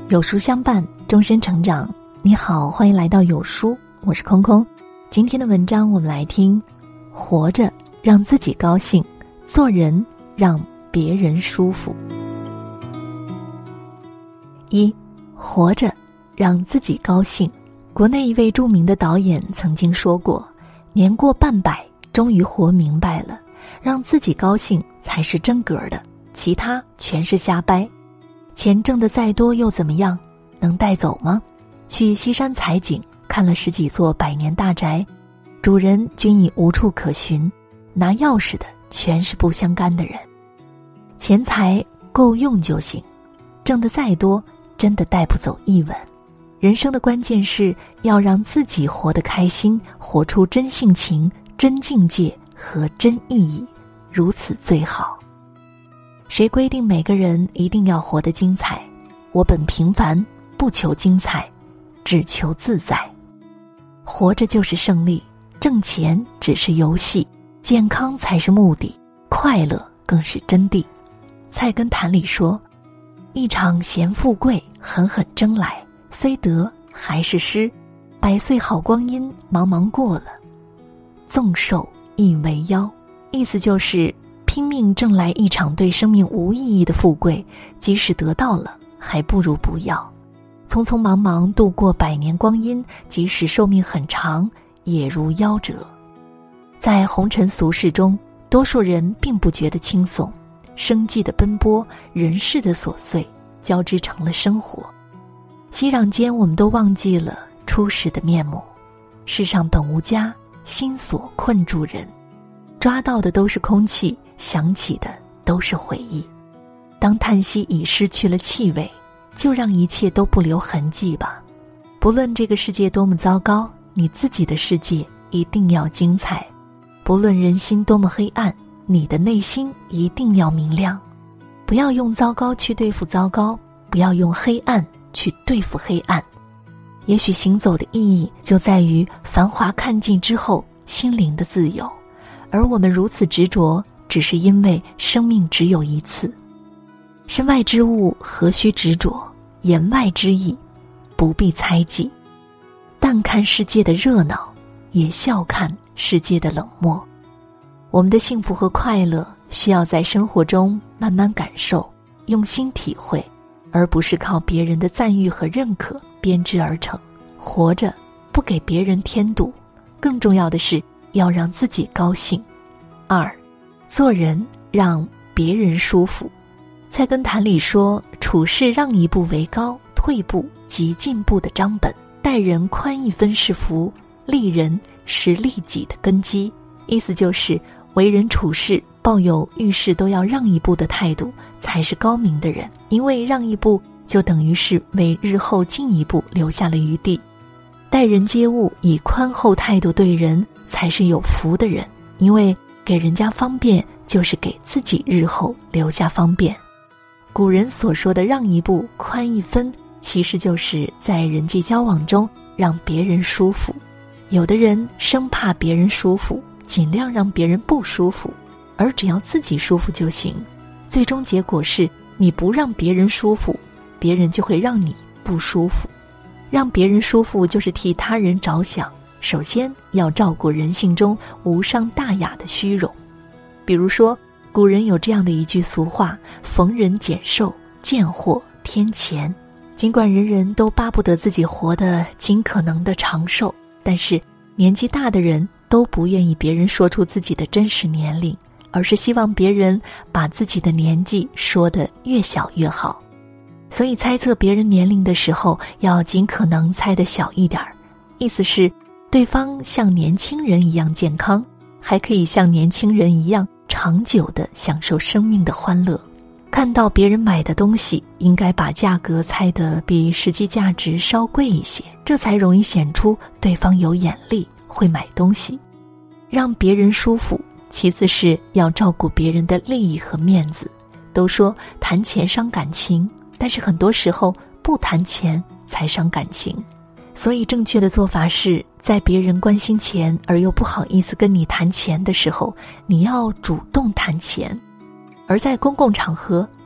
有书相伴，终身成长。你好，欢迎来到有书，我是空空。今天的文章我们来听：活着让自己高兴，做人让别人舒服。一，活着让自己高兴。国内一位著名的导演曾经说过，年过半百，终于活明白了，让自己高兴才是真格的，其他全是瞎掰。钱挣得再多又怎么样？能带走吗？去西山采景，看了10几座百年大宅，主人均已无处可寻，拿钥匙的全是不相干的人。钱财够用就行，挣得再多，真的带不走一文。人生的关键是要让自己活得开心，活出真性情、真境界和真意义，如此最好。谁规定每个人一定要活得精彩？我本平凡，不求精彩，只求自在。活着就是胜利，挣钱只是游戏，健康才是目的，快乐更是真谛。菜根谭里说，一场闲富贵狠狠争来，虽得还是失，100岁好光阴茫茫过了，纵寿亦为夭。意思就是拼命挣来一场对生命无意义的富贵，即使得到了，还不如不要。匆匆忙忙度过100年光阴，即使寿命很长，也如夭折。在红尘俗世中，多数人并不觉得轻松，生计的奔波，人世的琐碎，交织成了生活。熙攘间，我们都忘记了初始的面目。世上本无家，心所困住人。抓到的都是空气，想起的都是回忆。当叹息已失去了气味，就让一切都不留痕迹吧。不论这个世界多么糟糕，你自己的世界一定要精彩。不论人心多么黑暗，你的内心一定要明亮。不要用糟糕去对付糟糕，不要用黑暗去对付黑暗。也许行走的意义就在于繁华看尽之后，心灵的自由。而我们如此执着，只是因为生命只有一次。身外之物何须执着，言外之意不必猜忌。淡看世界的热闹，也笑看世界的冷漠。我们的幸福和快乐需要在生活中慢慢感受，用心体会，而不是靠别人的赞誉和认可编织而成。活着不给别人添堵，更重要的是要让自己高兴。2，做人让别人舒服。菜根谭里说，处事让一步为高，退步即进步的章本，待人宽一分是福，利人是利己的根基。意思就是为人处事抱有遇事都要让一步的态度，才是高明的人。因为让一步就等于是为日后进一步留下了余地。待人接物以宽厚态度对人，才是有福的人。因为给人家方便，就是给自己日后留下方便。古人所说的让一步宽一分，其实就是在人际交往中让别人舒服。有的人生怕别人舒服，尽量让别人不舒服，而只要自己舒服就行。最终结果是你不让别人舒服，别人就会让你不舒服。让别人舒服就是替他人着想，首先要照顾人性中无伤大雅的虚荣。比如说，古人有这样的一句俗话，逢人减寿，见货添钱。尽管人人都巴不得自己活得尽可能的长寿，但是年纪大的人都不愿意别人说出自己的真实年龄，而是希望别人把自己的年纪说得越小越好。所以猜测别人年龄的时候，要尽可能猜得小一点，意思是对方像年轻人一样健康，还可以像年轻人一样长久地享受生命的欢乐。看到别人买的东西，应该把价格猜得比实际价值稍贵一些，这才容易显出对方有眼力，会买东西。让别人舒服，其次是要照顾别人的利益和面子。都说谈钱伤感情，但是很多时候不谈钱才伤感情。所以正确的做法是，在别人关心钱而又不好意思跟你谈钱的时候，你要主动谈钱。而在公共场合，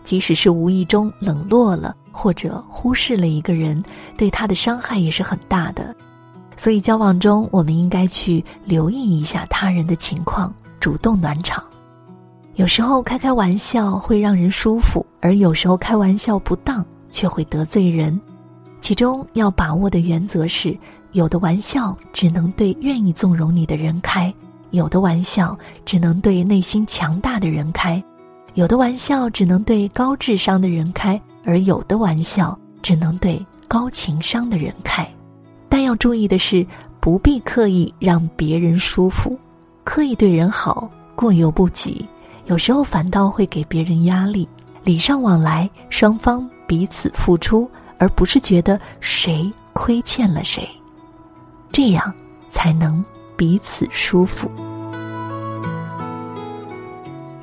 即使是无意中冷落了或者忽视了一个人，对他的伤害也是很大的。所以交往中我们应该去留意一下他人的情况，主动暖场。有时候开开玩笑会让人舒服，而有时候开玩笑不当却会得罪人。其中要把握的原则是，有的玩笑只能对愿意纵容你的人开，有的玩笑只能对内心强大的人开，有的玩笑只能对高智商的人开，而有的玩笑只能对高情商的人开。但要注意的是，不必刻意让别人舒服，刻意对人好，过犹不及，有时候反倒会给别人压力。礼尚往来，双方彼此付出，而不是觉得谁亏欠了谁，这样才能彼此舒服。